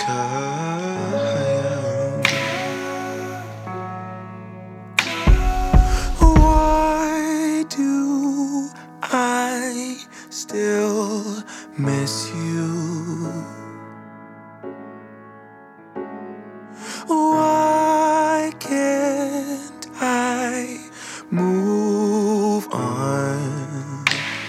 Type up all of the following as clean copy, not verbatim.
Why do I still miss you? Why can't I move on?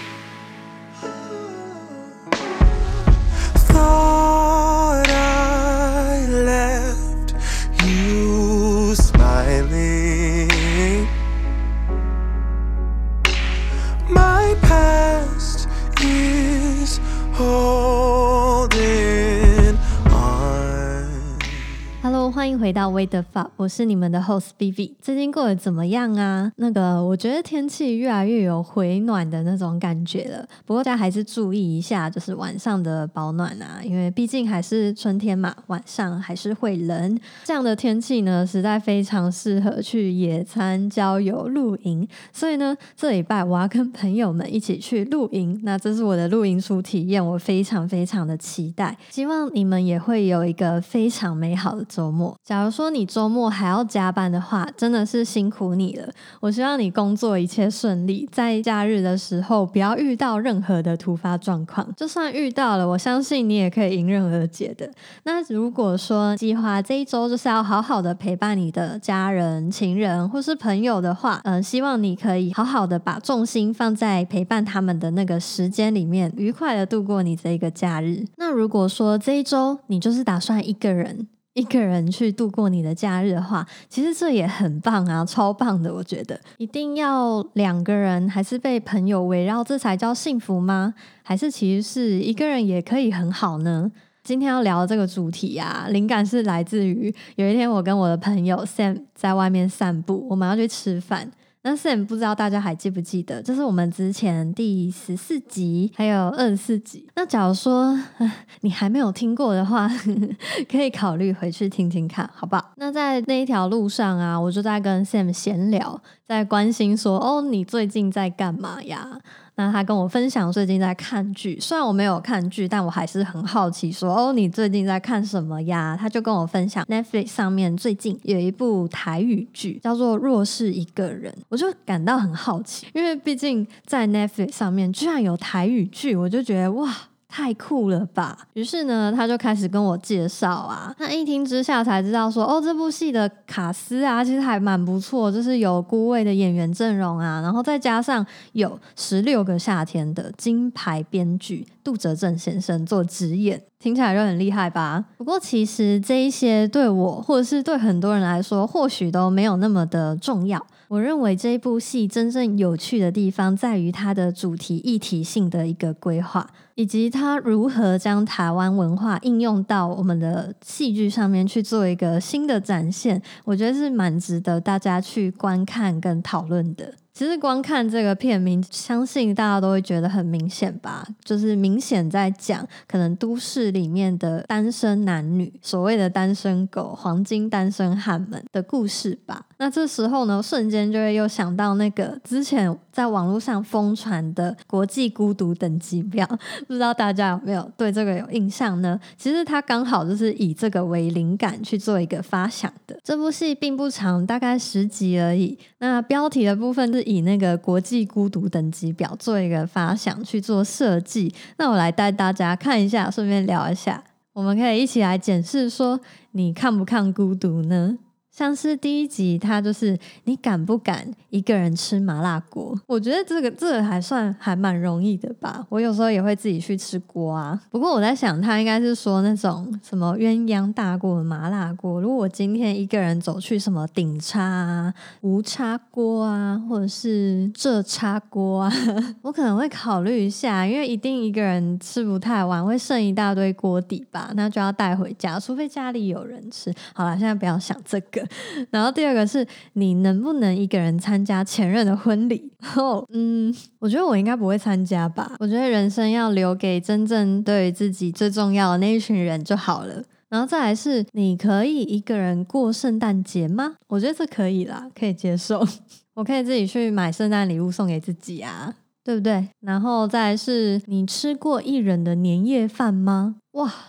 Thought I left you smiling. My past is holding on. Hello， 欢迎回到 Wait the Fuck， 我是你们的 host Vivi。最近过得怎么样啊？我觉得天气越来越有回暖的那种感觉了。不过大家还是注意一下，就是晚上的保暖啊，因为毕竟还是春天嘛，晚上还是会冷。这样的天气呢，实在非常适合去野餐、郊游、露营。所以呢，这礼拜我要跟朋友们一起去露营。那这是我的露营初体验，我非常非常的期待。希望你们也会有一个非常美好的周末。假如说你周末还要加班的话，真的是辛苦你了。我希望你工作一切顺利，在假日的时候不要遇到任何的突发状况。就算遇到了，我相信你也可以迎刃而解的。那如果说计划这一周就是要好好的陪伴你的家人、情人或是朋友的话，希望你可以好好的把重心放在陪伴他们的那个时间里面，愉快的度过你这一个假日。那如果说这一周你就是打算一个人去度过你的假日的话，其实这也很棒啊，超棒的。我觉得一定要两个人还是被朋友围绕，这才叫幸福吗？还是其实是一个人也可以很好呢？今天要聊的这个主题啊，灵感是来自于有一天我跟我的朋友 Sam 在外面散步，我们要去吃饭。那 Sam 不知道大家还记不记得，这是我们之前第14集还有24集。那假如说你还没有听过的话可以考虑回去听听看好不好？那在那一条路上啊，我就在跟 Sam 闲聊，在关心说你最近在干嘛呀？那他跟我分享最近在看剧，虽然我没有看剧，但我还是很好奇说你最近在看什么呀？他就跟我分享 Netflix 上面最近有一部台语剧叫做《若是一个人》，我就感到很好奇，因为毕竟在 Netflix 上面居然有台语剧，我就觉得哇太酷了吧！于是呢，他就开始跟我介绍啊。那一听之下才知道说，这部戏的卡司啊，其实还蛮不错，就是有孤味的演员阵容啊，然后再加上有16个夏天的金牌编剧杜哲正先生做指演，听起来就很厉害吧？不过其实这一些对我或者是对很多人来说，或许都没有那么的重要。我认为这一部戏真正有趣的地方在于它的主题议题性的一个规划，以及它如何将台湾文化应用到我们的戏剧上面去做一个新的展现，我觉得是蛮值得大家去观看跟讨论的。其实光看这个片名，相信大家都会觉得很明显吧，就是明显在讲可能都市里面的单身男女，所谓的单身狗、黄金单身汉们的故事吧。那这时候呢，瞬间就会又想到那个之前在网络上疯传的国际孤独等级表，不知道大家有没有对这个有印象呢？其实它刚好就是以这个为灵感去做一个发想的。这部戏并不长，大概10集而已。那标题的部分是以那个国际孤独等级表做一个发想去做设计。那我来带大家看一下，顺便聊一下，我们可以一起来检视说你看不看孤独呢？像是第1集，它就是你敢不敢一个人吃麻辣锅？我觉得这个还蛮容易的吧。我有时候也会自己去吃锅啊。不过我在想，他应该是说那种什么鸳鸯大锅的麻辣锅。如果我今天一个人走去什么顶叉啊、无叉锅啊，或者是这叉锅啊，我可能会考虑一下，因为一定一个人吃不太完，会剩一大堆锅底吧，那就要带回家，除非家里有人吃。好啦，现在不要想这个。然后第二个是你能不能一个人参加前任的婚礼？我觉得我应该不会参加吧。我觉得人生要留给真正对自己最重要的那一群人就好了。然后再来是你可以一个人过圣诞节吗？我觉得这可以啦，可以接受。我可以自己去买圣诞礼物送给自己啊，对不对？然后再来是你吃过一人的年夜饭吗？哇，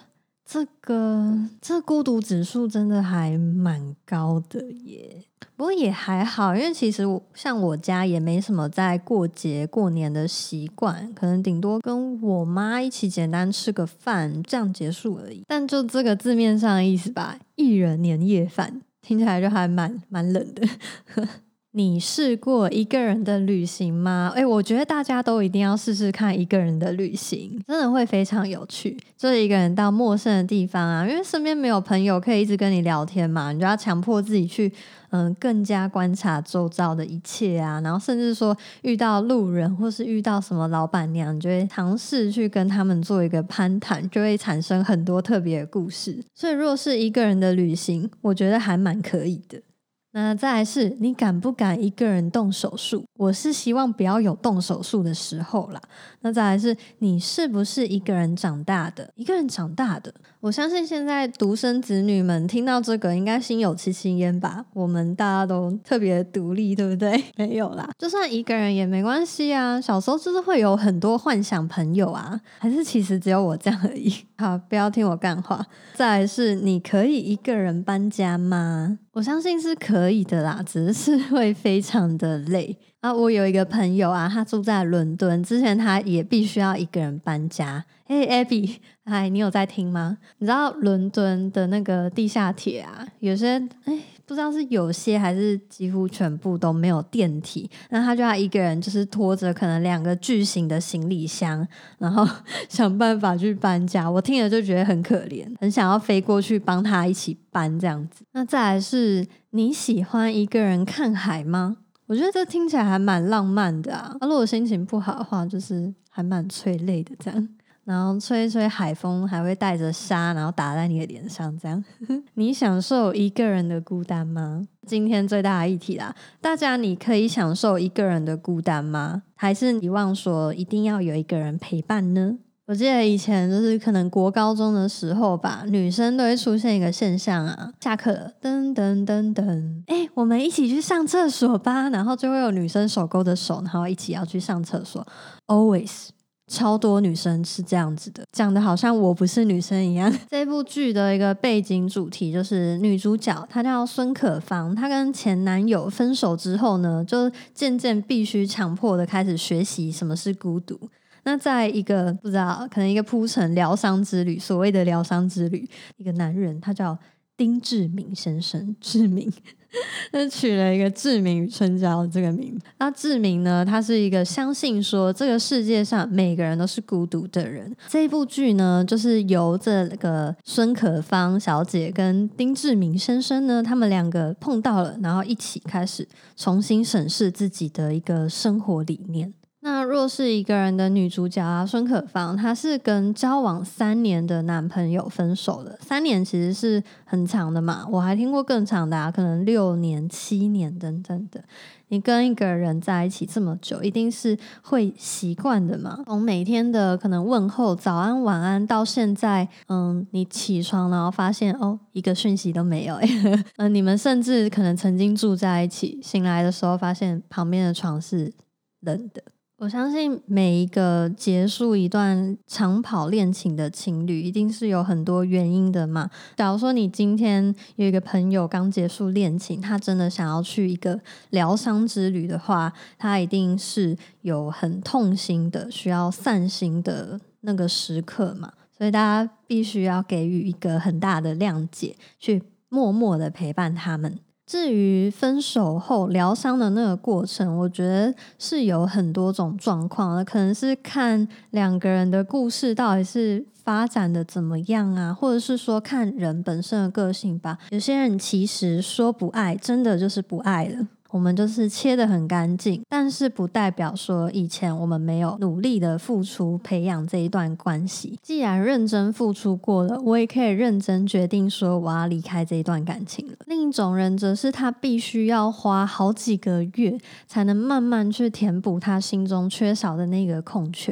这孤独指数真的还蛮高的耶。不过也还好，因为其实像我家也没什么在过节过年的习惯，可能顶多跟我妈一起简单吃个饭，这样结束而已。但就这个字面上的意思吧，一人年夜饭听起来就还蛮冷的。你试过一个人的旅行吗？我觉得大家都一定要试试看一个人的旅行，真的会非常有趣。就是一个人到陌生的地方啊，因为身边没有朋友可以一直跟你聊天嘛，你就要强迫自己去更加观察周遭的一切啊，然后甚至说遇到路人或是遇到什么老板娘，你就会尝试去跟他们做一个攀谈，就会产生很多特别的故事。所以若是一个人的旅行，我觉得还蛮可以的。那再来是你敢不敢一个人动手术？我是希望不要有动手术的时候啦。那再来是你是不是一个人长大的？一个人长大的，我相信现在独生子女们听到这个应该心有戚戚焉吧。我们大家都特别独立，对不对？没有啦，就算一个人也没关系啊。小时候就是会有很多幻想朋友啊，还是其实只有我这样而已。好，不要听我干话。再来是你可以一个人搬家吗？我相信是可以的啦，只是会非常的累啊。我有一个朋友啊，他住在伦敦，之前他也必须要一个人搬家。Abby， 嗨，你有在听吗？你知道伦敦的那个地下铁啊，有些不知道是有些还是几乎全部都没有电梯，那他就要一个人就是拖着可能2个巨型的行李箱，然后想办法去搬家。我听了就觉得很可怜，很想要飞过去帮他一起搬这样子。那再来是你喜欢一个人看海吗？我觉得这听起来还蛮浪漫的啊。如果心情不好的话，就是还蛮催泪的这样。然后吹一吹海风，还会带着沙，然后打在你的脸上，这样。你享受一个人的孤单吗？今天最大的议题啦，大家你可以享受一个人的孤单吗？还是期望说一定要有一个人陪伴呢？我记得以前就是可能国高中的时候吧，女生都会出现一个现象啊，下课了，噔噔噔噔，我们一起去上厕所吧，然后就会有女生手勾着手，然后一起要去上厕所 ，always。超多女生是这样子的，讲的好像我不是女生一样。这部剧的一个背景主题就是女主角她叫孙可芳，她跟前男友分手之后呢，就渐渐必须强迫的开始学习什么是孤独。那在一个不知道可能一个铺陈疗伤之旅，所谓的疗伤之旅，一个男人他叫丁志明先生，志明他取了一个志明与春娇这个名。那志明呢，他是一个相信说这个世界上每个人都是孤独的人。这一部剧呢，就是由这个孙可芳小姐跟丁志明先生呢，他们2个碰到了，然后一起开始重新审视自己的一个生活理念。那若是一个人的女主角啊，孙可芳，她是跟交往3年的男朋友分手了。3年其实是很长的嘛，我还听过更长的啊，可能6年、7年等等的。你跟一个人在一起这么久，一定是会习惯的嘛。从每天的可能问候早安晚安到现在，你起床然后发现一个讯息都没有你们甚至可能曾经住在一起，醒来的时候发现旁边的床是冷的。我相信每一个结束一段长跑恋情的情侣一定是有很多原因的嘛。假如说你今天有一个朋友刚结束恋情，他真的想要去一个疗伤之旅的话，他一定是有很痛心的需要散心的那个时刻嘛，所以大家必须要给予一个很大的谅解，去默默的陪伴他们。至于分手后疗伤的那个过程，我觉得是有很多种状况的，可能是看2个人的故事到底是发展的怎么样啊，或者是说看人本身的个性吧。有些人其实说不爱，真的就是不爱了。我们就是切得很干净，但是不代表说以前我们没有努力的付出培养这一段关系。既然认真付出过了，我也可以认真决定说我要离开这一段感情了。另一种人则是他必须要花好几个月才能慢慢去填补他心中缺少的那个空缺。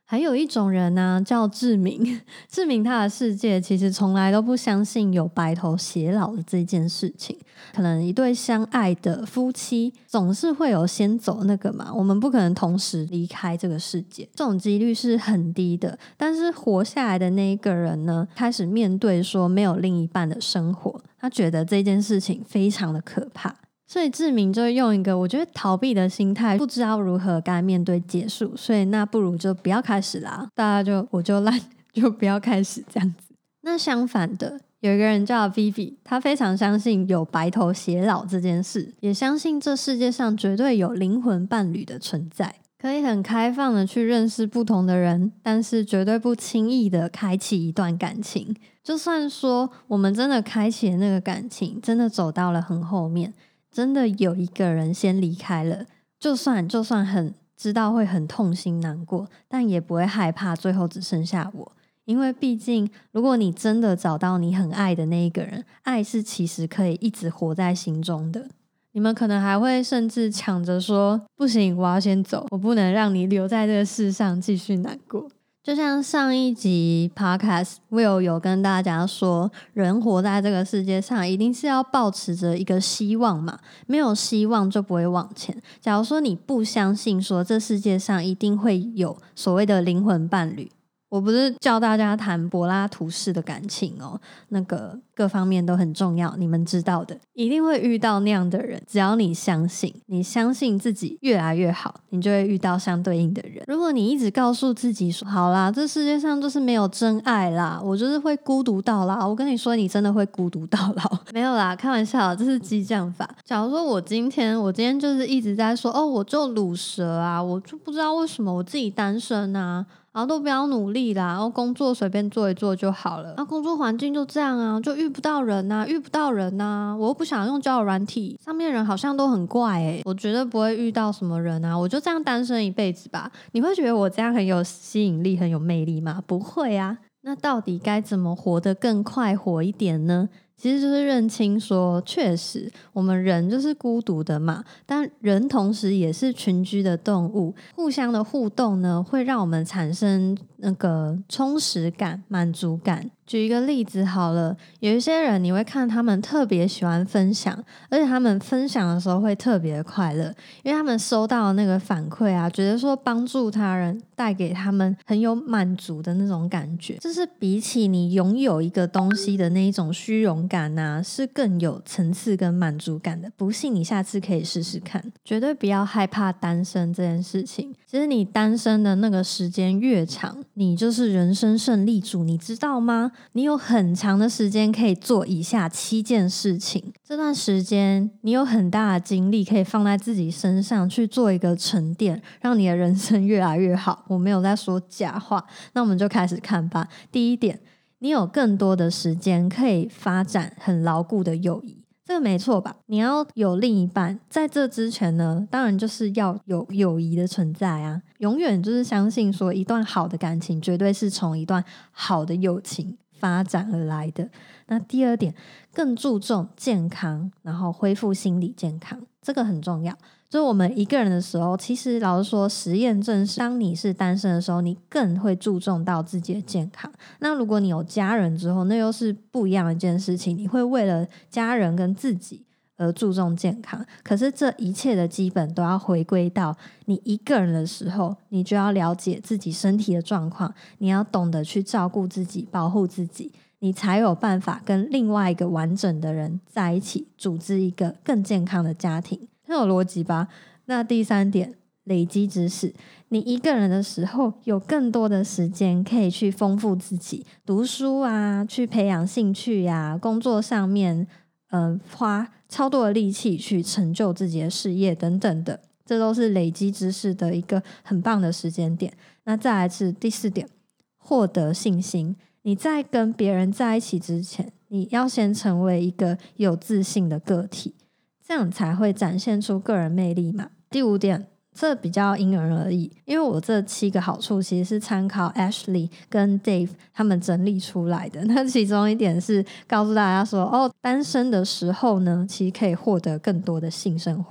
还有一种人呢，叫志明。志明他的世界其实从来都不相信有白头偕老的这件事情。可能一对相爱的夫妻总是会有先走那个嘛，我们不可能同时离开这个世界，这种几率是很低的。但是活下来的那一个人呢，开始面对说没有另一半的生活，他觉得这件事情非常的可怕。所以志明就用一个我觉得逃避的心态，不知道如何该面对结束，所以那不如就不要开始啦，大家我就烂，就不要开始这样子。那相反的，有一个人叫 Vivi， 他非常相信有白头偕老这件事，也相信这世界上绝对有灵魂伴侣的存在，可以很开放的去认识不同的人，但是绝对不轻易的开启一段感情。就算说我们真的开启了那个感情，真的走到了很后面，真的有一个人先离开了，就算很知道会很痛心难过，但也不会害怕最后只剩下我。因为毕竟如果你真的找到你很爱的那一个人，爱是其实可以一直活在心中的。你们可能还会甚至抢着说不行，我要先走，我不能让你留在这个世上继续难过。就像上一集 podcast Will 有跟大家说，人活在这个世界上一定是要抱持着一个希望嘛，没有希望就不会往前。假如说你不相信说这世界上一定会有所谓的灵魂伴侣，我不是教大家谈柏拉图式的感情哦，那个各方面都很重要，你们知道的，一定会遇到那样的人。只要你相信自己越来越好，你就会遇到相对应的人。如果你一直告诉自己说好啦，这世界上就是没有真爱啦，我就是会孤独到老，我跟你说你真的会孤独到老。没有啦，开玩笑，这是激将法。假如说我今天就是一直在说我就鲁蛇啊，我就不知道为什么我自己单身啊，然后都不要努力啦，然后工作随便做一做就好了，工作环境就这样啊，就遇不到人啊，我又不想用交友软体，上面人好像都很怪我绝对不会遇到什么人啊，我就这样单身一辈子吧。你会觉得我这样很有吸引力很有魅力吗？不会啊。那到底该怎么活得更快活一点呢？其实就是认清说，确实我们人就是孤独的嘛，但人同时也是群居的动物，互相的互动呢，会让我们产生那个充实感、满足感。举一个例子好了，有一些人你会看他们特别喜欢分享，而且他们分享的时候会特别的快乐，因为他们收到的那个反馈啊，觉得说帮助他人带给他们很有满足的那种感觉，这是比起你拥有一个东西的那一种虚荣感啊，是更有层次跟满足感的。不信你下次可以试试看，绝对不要害怕单身这件事情。其实你单身的那个时间越长，你就是人生胜利组，你知道吗？你有很长的时间可以做以下7件事情，这段时间你有很大的精力可以放在自己身上去做一个沉淀，让你的人生越来越好。我没有在说假话，那我们就开始看吧。第一点，你有更多的时间可以发展很牢固的友谊，这个没错吧？你要有另一半，在这之前呢，当然就是要有友谊的存在啊。永远就是相信说，一段好的感情绝对是从一段好的友情发展而来的。那第二点，更注重健康，然后恢复心理健康，这个很重要。就是我们一个人的时候，其实老实说，实验证实，当你是单身的时候，你更会注重到自己的健康。那如果你有家人之后，那又是不一样的一件事情，你会为了家人跟自己而注重健康。可是这一切的基本都要回归到你一个人的时候，你就要了解自己身体的状况，你要懂得去照顾自己，保护自己，你才有办法跟另外一个完整的人在一起，组织一个更健康的家庭。很有逻辑吧？那第三点，累积知识。你一个人的时候，有更多的时间可以去丰富自己，读书啊，去培养兴趣啊，工作上面花超多的力气去成就自己的事业等等的，这都是累积知识的一个很棒的时间点。那再来是第4点，获得信心。你在跟别人在一起之前，你要先成为一个有自信的个体，这样才会展现出个人魅力嘛。第5点，这比较因人而异，因为我这7个好处其实是参考 Ashley 跟 Dave 他们整理出来的。那其中一点是告诉大家说，单身的时候呢，其实可以获得更多的性生活。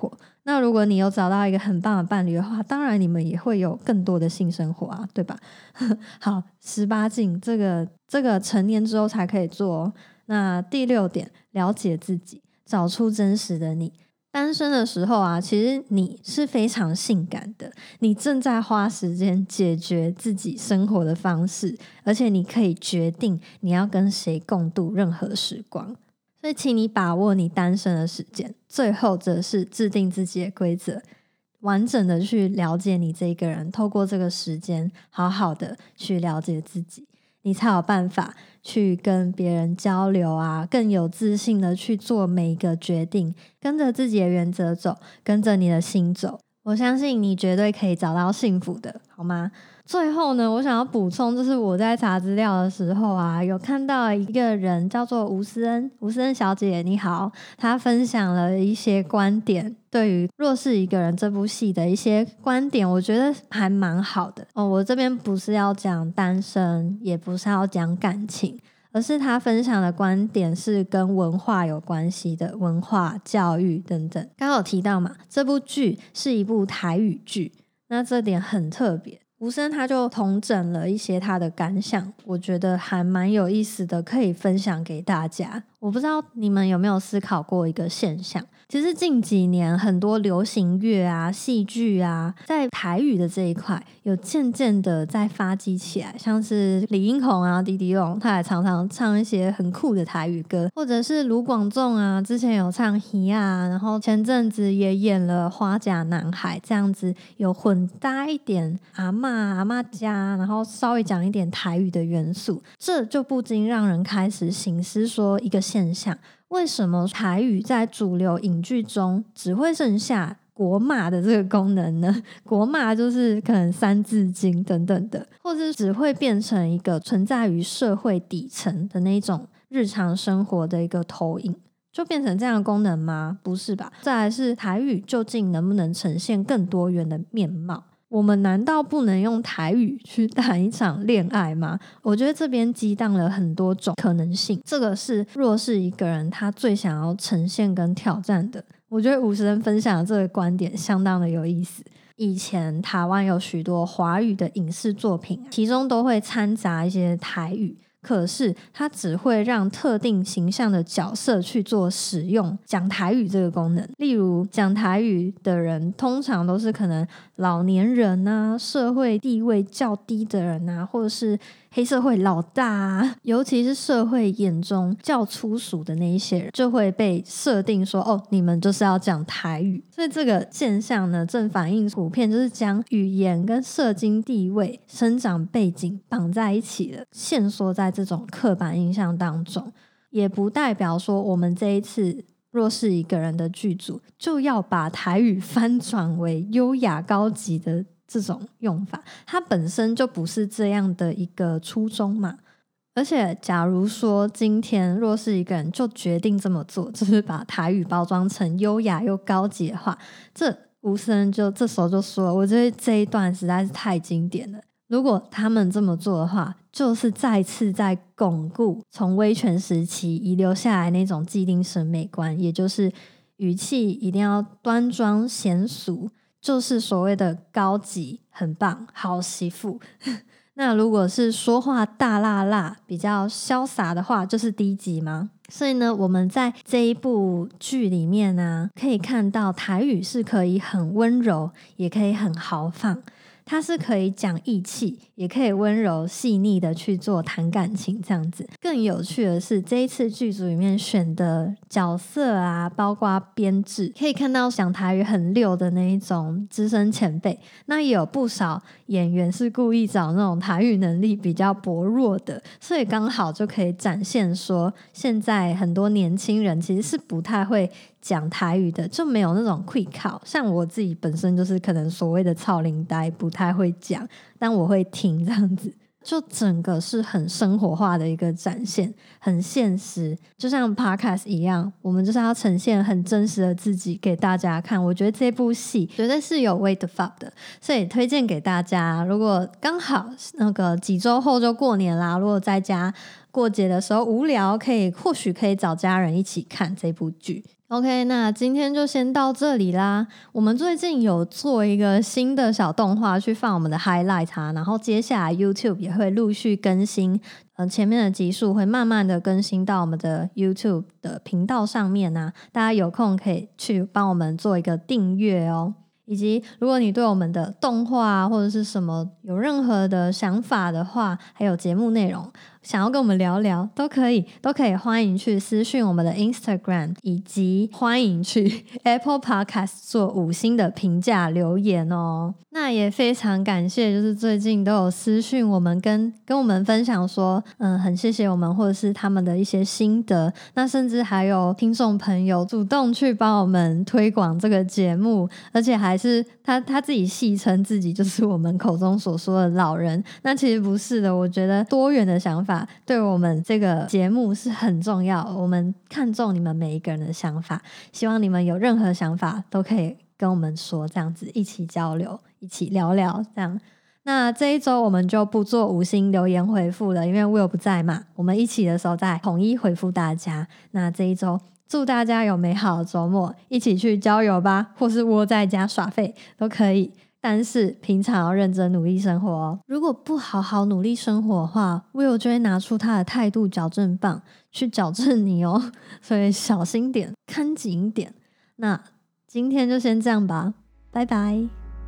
那如果你有找到一个很棒的伴侣的话，当然你们也会有更多的性生活啊，对吧？好，18禁这个成年之后才可以做哦。那第6点，了解自己，找出真实的你。单身的时候啊，其实你是非常性感的，你正在花时间解决自己生活的方式，而且你可以决定你要跟谁共度任何时光。所以请你把握你单身的时间，最后则是制定自己的规则，完整的去了解你这个人，透过这个时间好好的去了解自己，你才有办法去跟别人交流啊，更有自信的去做每一个决定，跟着自己的原则走，跟着你的心走，我相信你绝对可以找到幸福的，好吗？最后呢，我想要补充，就是我在查资料的时候啊，有看到一个人叫做吴思恩小姐，你好，她分享了一些观点，对于《若是一个人》这部戏的一些观点，我觉得还蛮好的哦。我这边不是要讲单身，也不是要讲感情，而是她分享的观点是跟文化有关系的，文化、教育等等。刚刚有提到嘛，这部剧是一部台语剧，那这点很特别。吴声他就统整了一些他的感想，我觉得还蛮有意思的，可以分享给大家。我不知道你们有没有思考过一个现象，其实近几年很多流行乐啊、戏剧啊，在台语的这一块有渐渐的在发迹起来，像是李英宏啊、迪迪龙，他也常常唱一些很酷的台语歌，或者是卢广仲啊，之前有唱《鱼》啊，然后前阵子也演了《花甲男孩》，这样子有混搭一点阿嬷家，然后稍微讲一点台语的元素，这就不禁让人开始省思说一个现象，为什么台语在主流影剧中只会剩下国骂的这个功能呢？国骂就是可能三字经等等的，或是只会变成一个存在于社会底层的那种日常生活的一个投影，就变成这样的功能吗？不是吧。再来是台语究竟能不能呈现更多元的面貌？我们难道不能用台语去谈一场恋爱吗？我觉得这边激荡了很多种可能性，这个是若是一个人他最想要呈现跟挑战的。我觉得50人分享的这个观点相当的有意思。以前台湾有许多华语的影视作品，其中都会掺杂一些台语，可是它只会让特定形象的角色去做使用讲台语这个功能。例如讲台语的人通常都是可能老年人啊，社会地位较低的人啊，或者是黑社会老大啊，尤其是社会眼中较粗俗的那一些人，就会被设定说哦，你们就是要讲台语。所以这个现象呢，正反映普遍就是将语言跟社经地位、生长背景绑在一起了，限缩在这种刻板印象当中。也不代表说我们这一次若是一个人的剧组就要把台语翻转为优雅高级的这种用法，它本身就不是这样的一个初衷嘛。而且假如说今天若是一个人就决定这么做，就是把台语包装成优雅又高级的话，这吴声就这时候就说了，我觉得这一段实在是太经典了。如果他们这么做的话，就是再次在巩固从威权时期遗留下来那种既定审美观，也就是语气一定要端庄娴熟，就是所谓的高级、很棒、好媳妇。那如果是说话大辣辣、比较潇洒的话，就是低级吗？所以呢，我们在这一部剧里面呢，可以看到台语是可以很温柔，也可以很豪放。它是可以讲义气，也可以温柔细腻的去做谈感情这样子。更有趣的是，这一次剧组里面选的角色啊，包括编制，可以看到讲台语很溜的那一种资深前辈，那也有不少演员是故意找那种台语能力比较薄弱的，所以刚好就可以展现说，现在很多年轻人其实是不太会讲台语的，就没有那种会考。像我自己本身就是可能所谓的操灵呆，不太会讲，但我会听这样子，就整个是很生活化的一个展现，很现实，就像 podcast 一样，我们就是要呈现很真实的自己给大家看。我觉得这部戏绝对是有 Wait the Fuck 的，所以推荐给大家。如果刚好那个几周后就过年啦，如果在家过节的时候无聊，或许可以找家人一起看这部剧。 OK， 那今天就先到这里啦。我们最近有做一个新的小动画去放我们的 highlight 然后接下来 YouTube 也会陆续更新，前面的集数会慢慢的更新到我们的 YouTube 的频道上面啊，大家有空可以去帮我们做一个订阅哦。以及如果你对我们的动画或者是什么有任何的想法的话，还有节目内容想要跟我们聊聊，都可以欢迎去私讯我们的 Instagram， 以及欢迎去 Apple Podcast 做5星的评价留言哦。那也非常感谢，就是最近都有私讯我们跟我们分享说，很谢谢我们，或者是他们的一些心得。那甚至还有听众朋友主动去帮我们推广这个节目，而且还是他自己戏称自己就是我们口中所说的老人。那其实不是的，我觉得多元的想法对我们这个节目是很重要，我们看重你们每一个人的想法，希望你们有任何想法都可以跟我们说，这样子一起交流，一起聊聊这样。那这一周我们就不做5星留言回复了，因为 Will 不在嘛，我们一起的时候再统一回复大家。那这一周祝大家有美好的周末，一起去郊游吧，或是窝在家耍废都可以，但是平常要认真努力生活哦。如果不好好努力生活的话， Will 就会拿出他的态度矫正棒去矫正你哦，所以小心点，看紧一点。那今天就先这样吧，拜拜。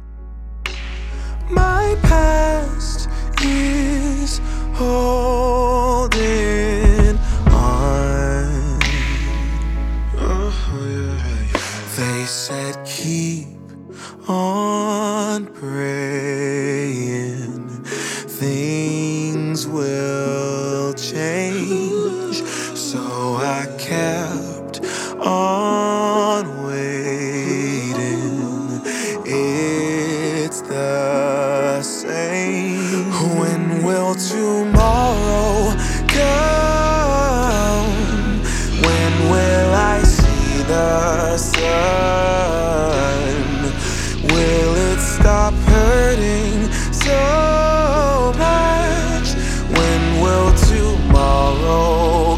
My past is holding on. They said keep on praying, things will change. So I kept on waiting. It's the same. When will tomorrow come? When will I see the sun? Will it stop hurting so much? When will tomorrow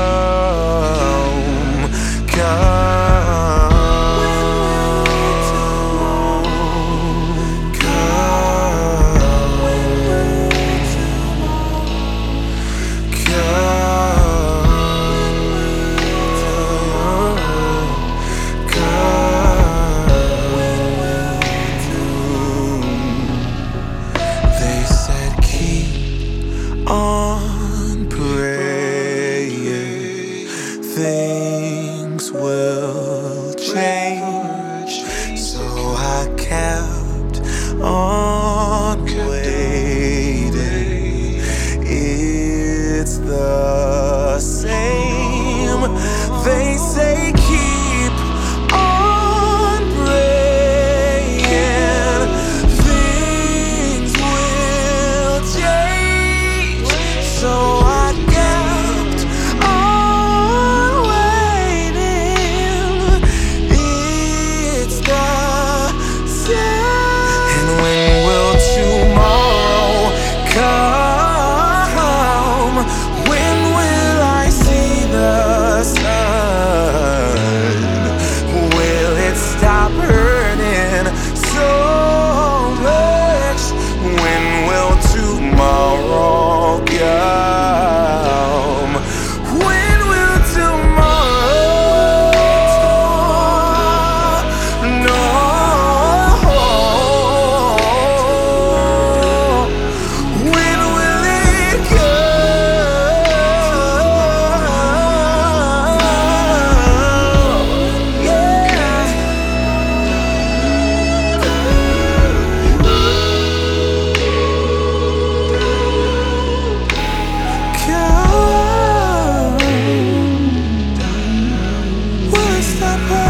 come? They said keep on praying, things will change. So I kept on waiting. It's the same. They say keep on praying, things will change. So I kept on waiting. It's the same. And when will tomorrow come? When will I see the sun? Will it stop hurting so much? When will tomorrow come? When will tomorrow? No. When will it come? Yeah. Come. Will it stop hurting?